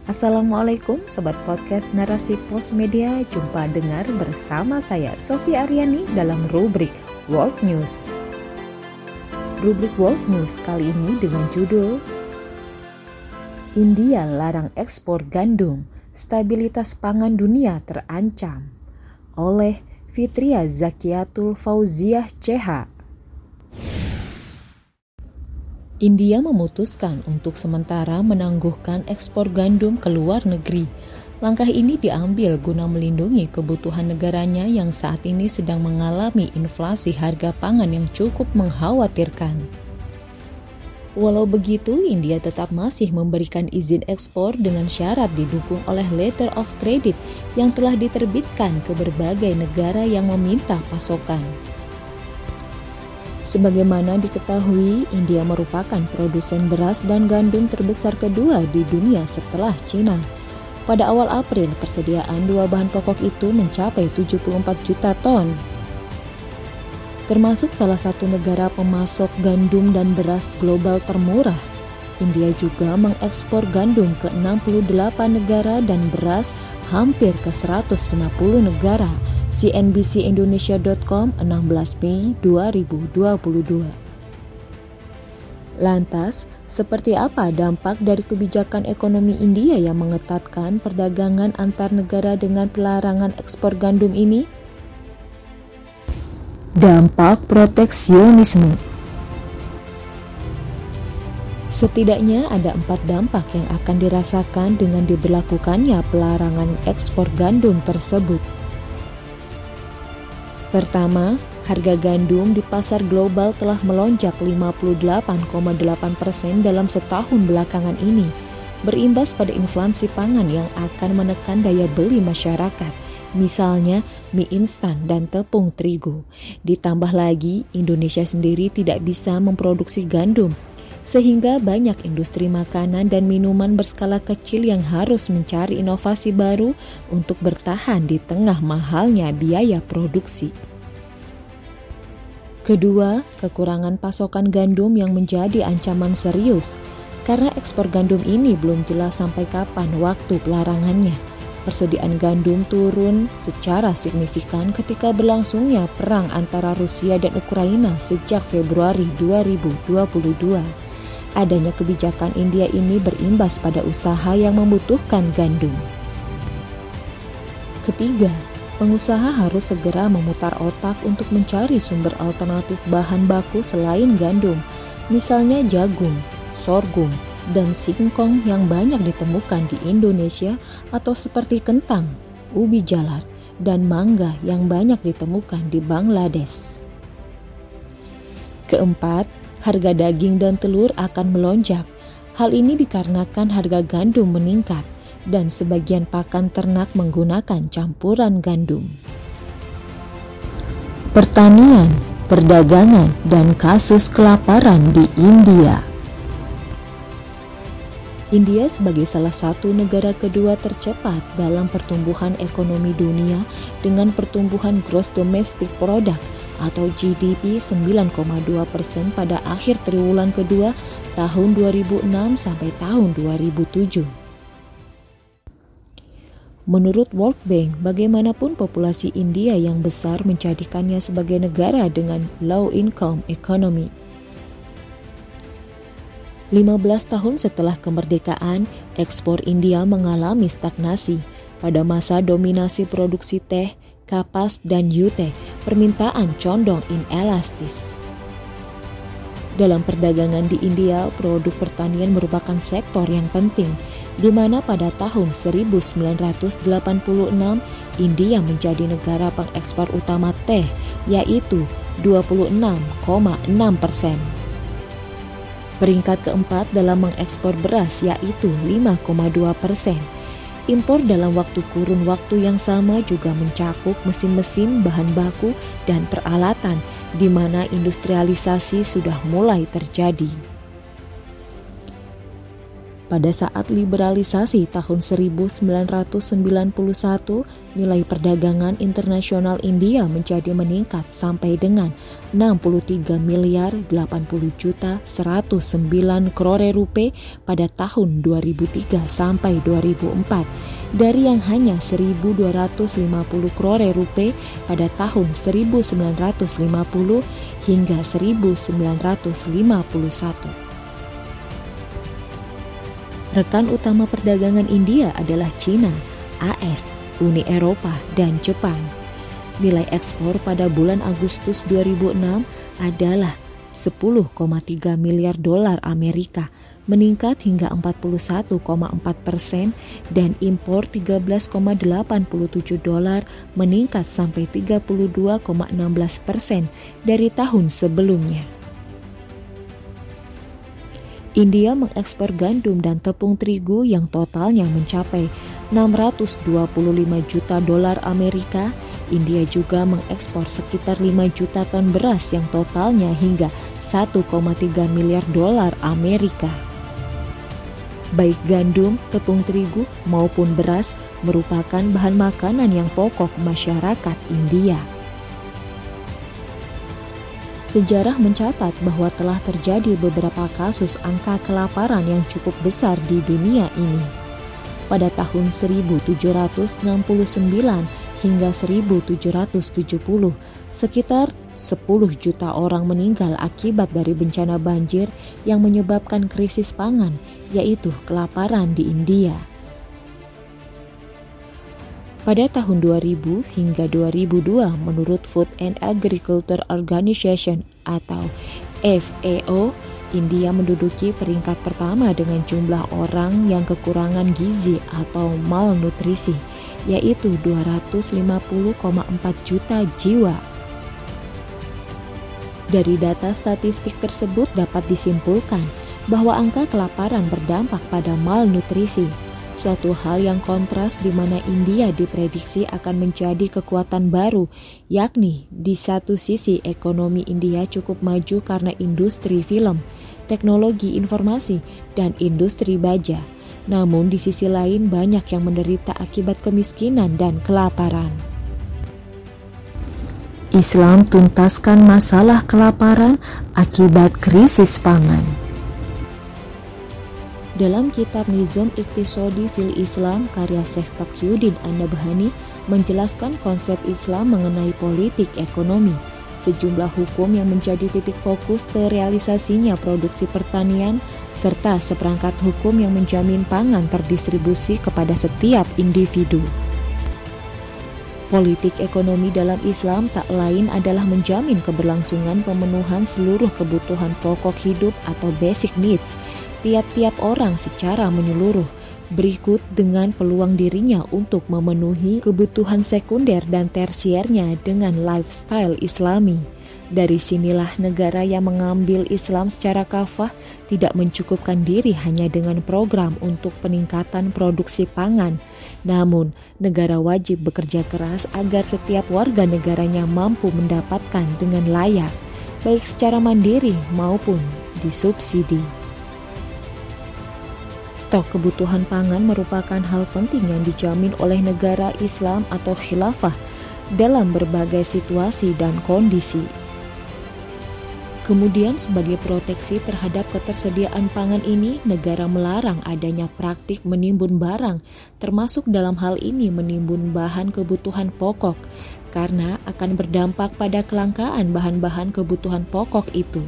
Assalamualaikum Sobat Podcast Narasi Pos Media. Jumpa dengar bersama saya Sofia Aryani dalam rubrik World News. Rubrik World News kali ini dengan judul India larang ekspor gandum, stabilitas pangan dunia terancam, oleh Fitria Zakiatul Fauziah CH. India memutuskan untuk sementara menangguhkan ekspor gandum ke luar negeri. Langkah ini diambil guna melindungi kebutuhan negaranya yang saat ini sedang mengalami inflasi harga pangan yang cukup mengkhawatirkan. Walau begitu, India tetap masih memberikan izin ekspor dengan syarat didukung oleh letter of credit yang telah diterbitkan ke berbagai negara yang meminta pasokan. Sebagaimana diketahui, India merupakan produsen beras dan gandum terbesar kedua di dunia setelah China. Pada awal April, persediaan dua bahan pokok itu mencapai 74 juta ton. Termasuk salah satu negara pemasok gandum dan beras global termurah, India juga mengekspor gandum ke 68 negara dan beras hampir ke 150 negara. CNBCindonesia.com 16 Mei 2022. Lantas, seperti apa dampak dari kebijakan ekonomi India yang mengetatkan perdagangan antar negara dengan pelarangan ekspor gandum ini? Dampak proteksionisme. Setidaknya ada 4 dampak yang akan dirasakan dengan diberlakukannya pelarangan ekspor gandum tersebut. Pertama, harga gandum di pasar global telah melonjak 58,8% dalam setahun belakangan ini, berimbas pada inflasi pangan yang akan menekan daya beli masyarakat, misalnya mie instan dan tepung terigu. Ditambah lagi, Indonesia sendiri tidak bisa memproduksi gandum, sehingga banyak industri makanan dan minuman berskala kecil yang harus mencari inovasi baru untuk bertahan di tengah mahalnya biaya produksi. Kedua, kekurangan pasokan gandum yang menjadi ancaman serius, karena ekspor gandum ini belum jelas sampai kapan waktu pelarangannya. Persediaan gandum turun secara signifikan ketika berlangsungnya perang antara Rusia dan Ukraina sejak Februari 2022. Adanya kebijakan India ini berimbas pada usaha yang membutuhkan gandum. Ketiga, pengusaha harus segera memutar otak untuk mencari sumber alternatif bahan baku selain gandum, misalnya jagung, sorghum, dan singkong yang banyak ditemukan di Indonesia, atau seperti kentang, ubi jalar, dan mangga yang banyak ditemukan di Bangladesh. Keempat, harga daging dan telur akan melonjak. Hal ini dikarenakan harga gandum meningkat dan sebagian pakan ternak menggunakan campuran gandum. Pertanian, perdagangan, dan kasus kelaparan di India. India sebagai salah satu negara kedua tercepat dalam pertumbuhan ekonomi dunia dengan pertumbuhan Gross Domestic Product atau GDP 9,2% pada akhir triwulan kedua tahun 2006 sampai tahun 2007. Menurut World Bank, bagaimanapun populasi India yang besar menjadikannya sebagai negara dengan low income economy. 15 tahun setelah kemerdekaan, ekspor India mengalami stagnasi. Pada masa dominasi produksi teh, kapas, dan jute, permintaan condong inelastis. Dalam perdagangan di India, produk pertanian merupakan sektor yang penting, di mana pada tahun 1986 India menjadi negara pengekspor utama teh, yaitu 26,6%. Peringkat keempat dalam mengekspor beras, yaitu 5,2%. Impor dalam kurun waktu yang sama juga mencakup mesin-mesin, bahan baku, dan peralatan, di mana industrialisasi sudah mulai terjadi. Pada saat liberalisasi tahun 1991, nilai perdagangan internasional India menjadi meningkat sampai dengan 63 miliar 80 juta 109 crore rupiah pada tahun 2003 sampai 2004 dari yang hanya 1.250 crore rupiah pada tahun 1950 hingga 1951. Rekan utama perdagangan India adalah China, AS, Uni Eropa, dan Jepang. Nilai ekspor pada bulan Agustus 2006 adalah 10,3 miliar dolar Amerika, meningkat hingga 41,4% dan impor 13,87 dolar meningkat sampai 32,16% dari tahun sebelumnya. India mengekspor gandum dan tepung terigu yang totalnya mencapai 625 juta dolar Amerika. India juga mengekspor sekitar 5 juta ton beras yang totalnya hingga 1,3 miliar dolar Amerika. Baik gandum, tepung terigu maupun beras merupakan bahan makanan yang pokok masyarakat India. Sejarah mencatat bahwa telah terjadi beberapa kasus angka kelaparan yang cukup besar di dunia ini. Pada tahun 1769 hingga 1770, sekitar 10 juta orang meninggal akibat dari bencana banjir yang menyebabkan krisis pangan, yaitu kelaparan di India. Pada tahun 2000 hingga 2002, menurut Food and Agriculture Organization atau FAO, India menduduki peringkat pertama dengan jumlah orang yang kekurangan gizi atau malnutrisi, yaitu 250,4 juta jiwa. Dari data statistik tersebut dapat disimpulkan bahwa angka kelaparan berdampak pada malnutrisi, suatu hal yang kontras di mana India diprediksi akan menjadi kekuatan baru, yakni di satu sisi ekonomi India cukup maju karena industri film, teknologi informasi, dan industri baja. Namun di sisi lain banyak yang menderita akibat kemiskinan dan kelaparan. Islam tuntaskan masalah kelaparan akibat krisis pangan. Dalam kitab Nizam Iqtisadi fil Islam karya Syekh Taqiyuddin An-Nabhani menjelaskan konsep Islam mengenai politik ekonomi, sejumlah hukum yang menjadi titik fokus terrealisasinya produksi pertanian, serta seperangkat hukum yang menjamin pangan terdistribusi kepada setiap individu. Politik ekonomi dalam Islam tak lain adalah menjamin keberlangsungan pemenuhan seluruh kebutuhan pokok hidup atau basic needs tiap-tiap orang secara menyeluruh, berikut dengan peluang dirinya untuk memenuhi kebutuhan sekunder dan tersiernya dengan lifestyle Islami. Dari sinilah negara yang mengambil Islam secara kafah tidak mencukupkan diri hanya dengan program untuk peningkatan produksi pangan. Namun, negara wajib bekerja keras agar setiap warga negaranya mampu mendapatkan dengan layak, baik secara mandiri maupun disubsidi. Stok kebutuhan pangan merupakan hal penting yang dijamin oleh negara Islam atau khilafah dalam berbagai situasi dan kondisi. Kemudian sebagai proteksi terhadap ketersediaan pangan ini, negara melarang adanya praktik menimbun barang, termasuk dalam hal ini menimbun bahan kebutuhan pokok, karena akan berdampak pada kelangkaan bahan-bahan kebutuhan pokok itu.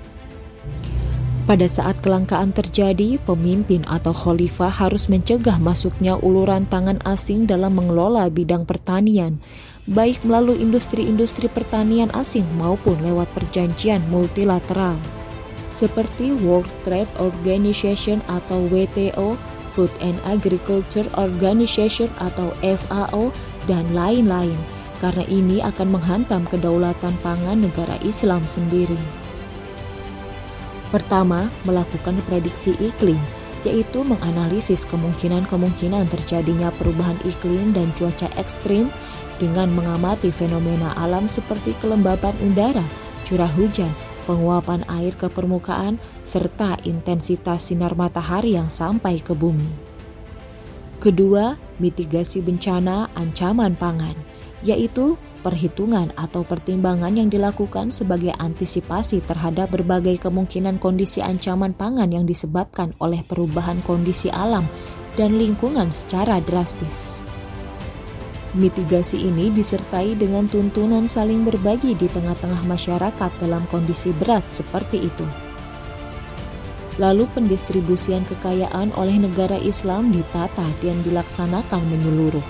Pada saat kelangkaan terjadi, pemimpin atau khalifah harus mencegah masuknya uluran tangan asing dalam mengelola bidang pertanian, baik melalui industri-industri pertanian asing maupun lewat perjanjian multilateral, seperti World Trade Organization atau WTO, Food and Agriculture Organization atau FAO, dan lain-lain, karena ini akan menghantam kedaulatan pangan negara Islam sendiri. Pertama, melakukan prediksi iklim, yaitu menganalisis kemungkinan-kemungkinan terjadinya perubahan iklim dan cuaca ekstrim dengan mengamati fenomena alam seperti kelembaban udara, curah hujan, penguapan air ke permukaan, serta intensitas sinar matahari yang sampai ke bumi. Kedua, mitigasi bencana ancaman pangan, yaitu perhitungan atau pertimbangan yang dilakukan sebagai antisipasi terhadap berbagai kemungkinan kondisi ancaman pangan yang disebabkan oleh perubahan kondisi alam dan lingkungan secara drastis. Mitigasi ini disertai dengan tuntunan saling berbagi di tengah-tengah masyarakat dalam kondisi berat seperti itu. Lalu pendistribusian kekayaan oleh negara Islam ditata dan dilaksanakan menyeluruh.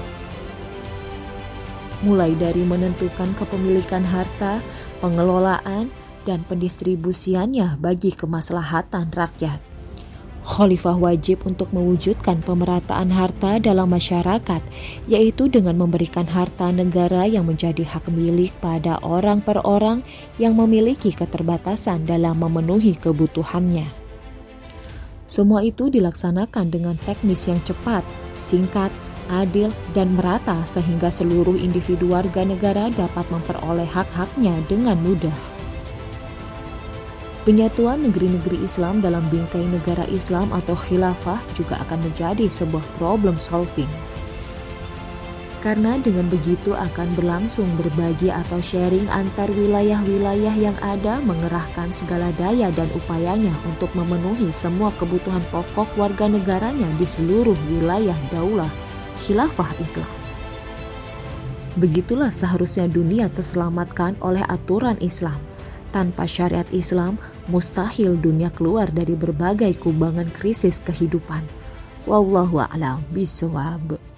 Mulai dari menentukan kepemilikan harta, pengelolaan, dan pendistribusiannya bagi kemaslahatan rakyat. Khalifah wajib untuk mewujudkan pemerataan harta dalam masyarakat, yaitu dengan memberikan harta negara yang menjadi hak milik pada orang per orang yang memiliki keterbatasan dalam memenuhi kebutuhannya. Semua itu dilaksanakan dengan teknis yang cepat, singkat, adil, dan merata sehingga seluruh individu warga negara dapat memperoleh hak-haknya dengan mudah. Penyatuan negeri-negeri Islam dalam bingkai negara Islam atau khilafah juga akan menjadi sebuah problem solving. Karena dengan begitu akan berlangsung berbagi atau sharing antar wilayah-wilayah yang ada, mengerahkan segala daya dan upayanya untuk memenuhi semua kebutuhan pokok warga negaranya di seluruh wilayah daulah khilafah Islam. Begitulah seharusnya dunia terselamatkan oleh aturan Islam. Tanpa syariat Islam, mustahil dunia keluar dari berbagai kubangan krisis kehidupan. Wallahu a'lam bishawab.